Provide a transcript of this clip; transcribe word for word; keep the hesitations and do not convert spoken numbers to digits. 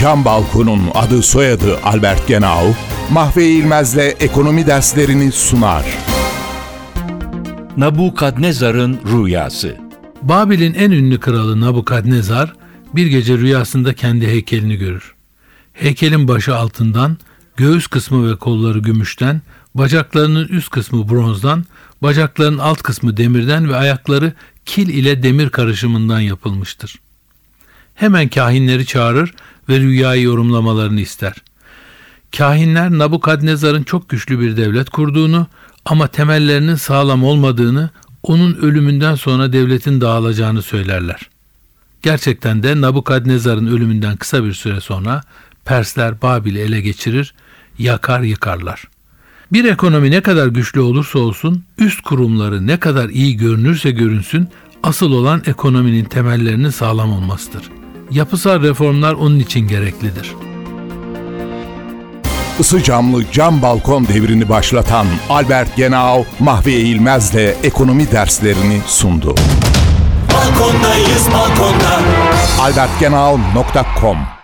Cam Balkon'un adı soyadı Albert Genau, Mahve İlmez'le ekonomi derslerini sunar. Nabukadnezar'ın rüyası. Babil'in en ünlü kralı Nabukadnezar bir gece rüyasında kendi heykelini görür. Heykelin başı altından, göğüs kısmı ve kolları gümüşten, bacaklarının üst kısmı bronzdan, bacaklarının alt kısmı demirden ve ayakları kil ile demir karışımından yapılmıştır. Hemen kahinleri çağırır ve rüyayı yorumlamalarını ister. Kahinler Nabukadnezar'ın çok güçlü bir devlet kurduğunu ama temellerinin sağlam olmadığını, onun ölümünden sonra devletin dağılacağını söylerler. Gerçekten de Nabukadnezar'ın ölümünden kısa bir süre sonra Persler Babil'i ele geçirir, yakar yıkarlar. Bir ekonomi ne kadar güçlü olursa olsun, üst kurumları ne kadar iyi görünürse görünsün, asıl olan ekonominin temellerinin sağlam olmasıdır. Yapısal reformlar onun için gereklidir. Isı camlı cam balkon devrini başlatan Albert Genau, Mahve İlmez'le ekonomi derslerini sundu. Balkondayız balkonda. albertgenau nokta com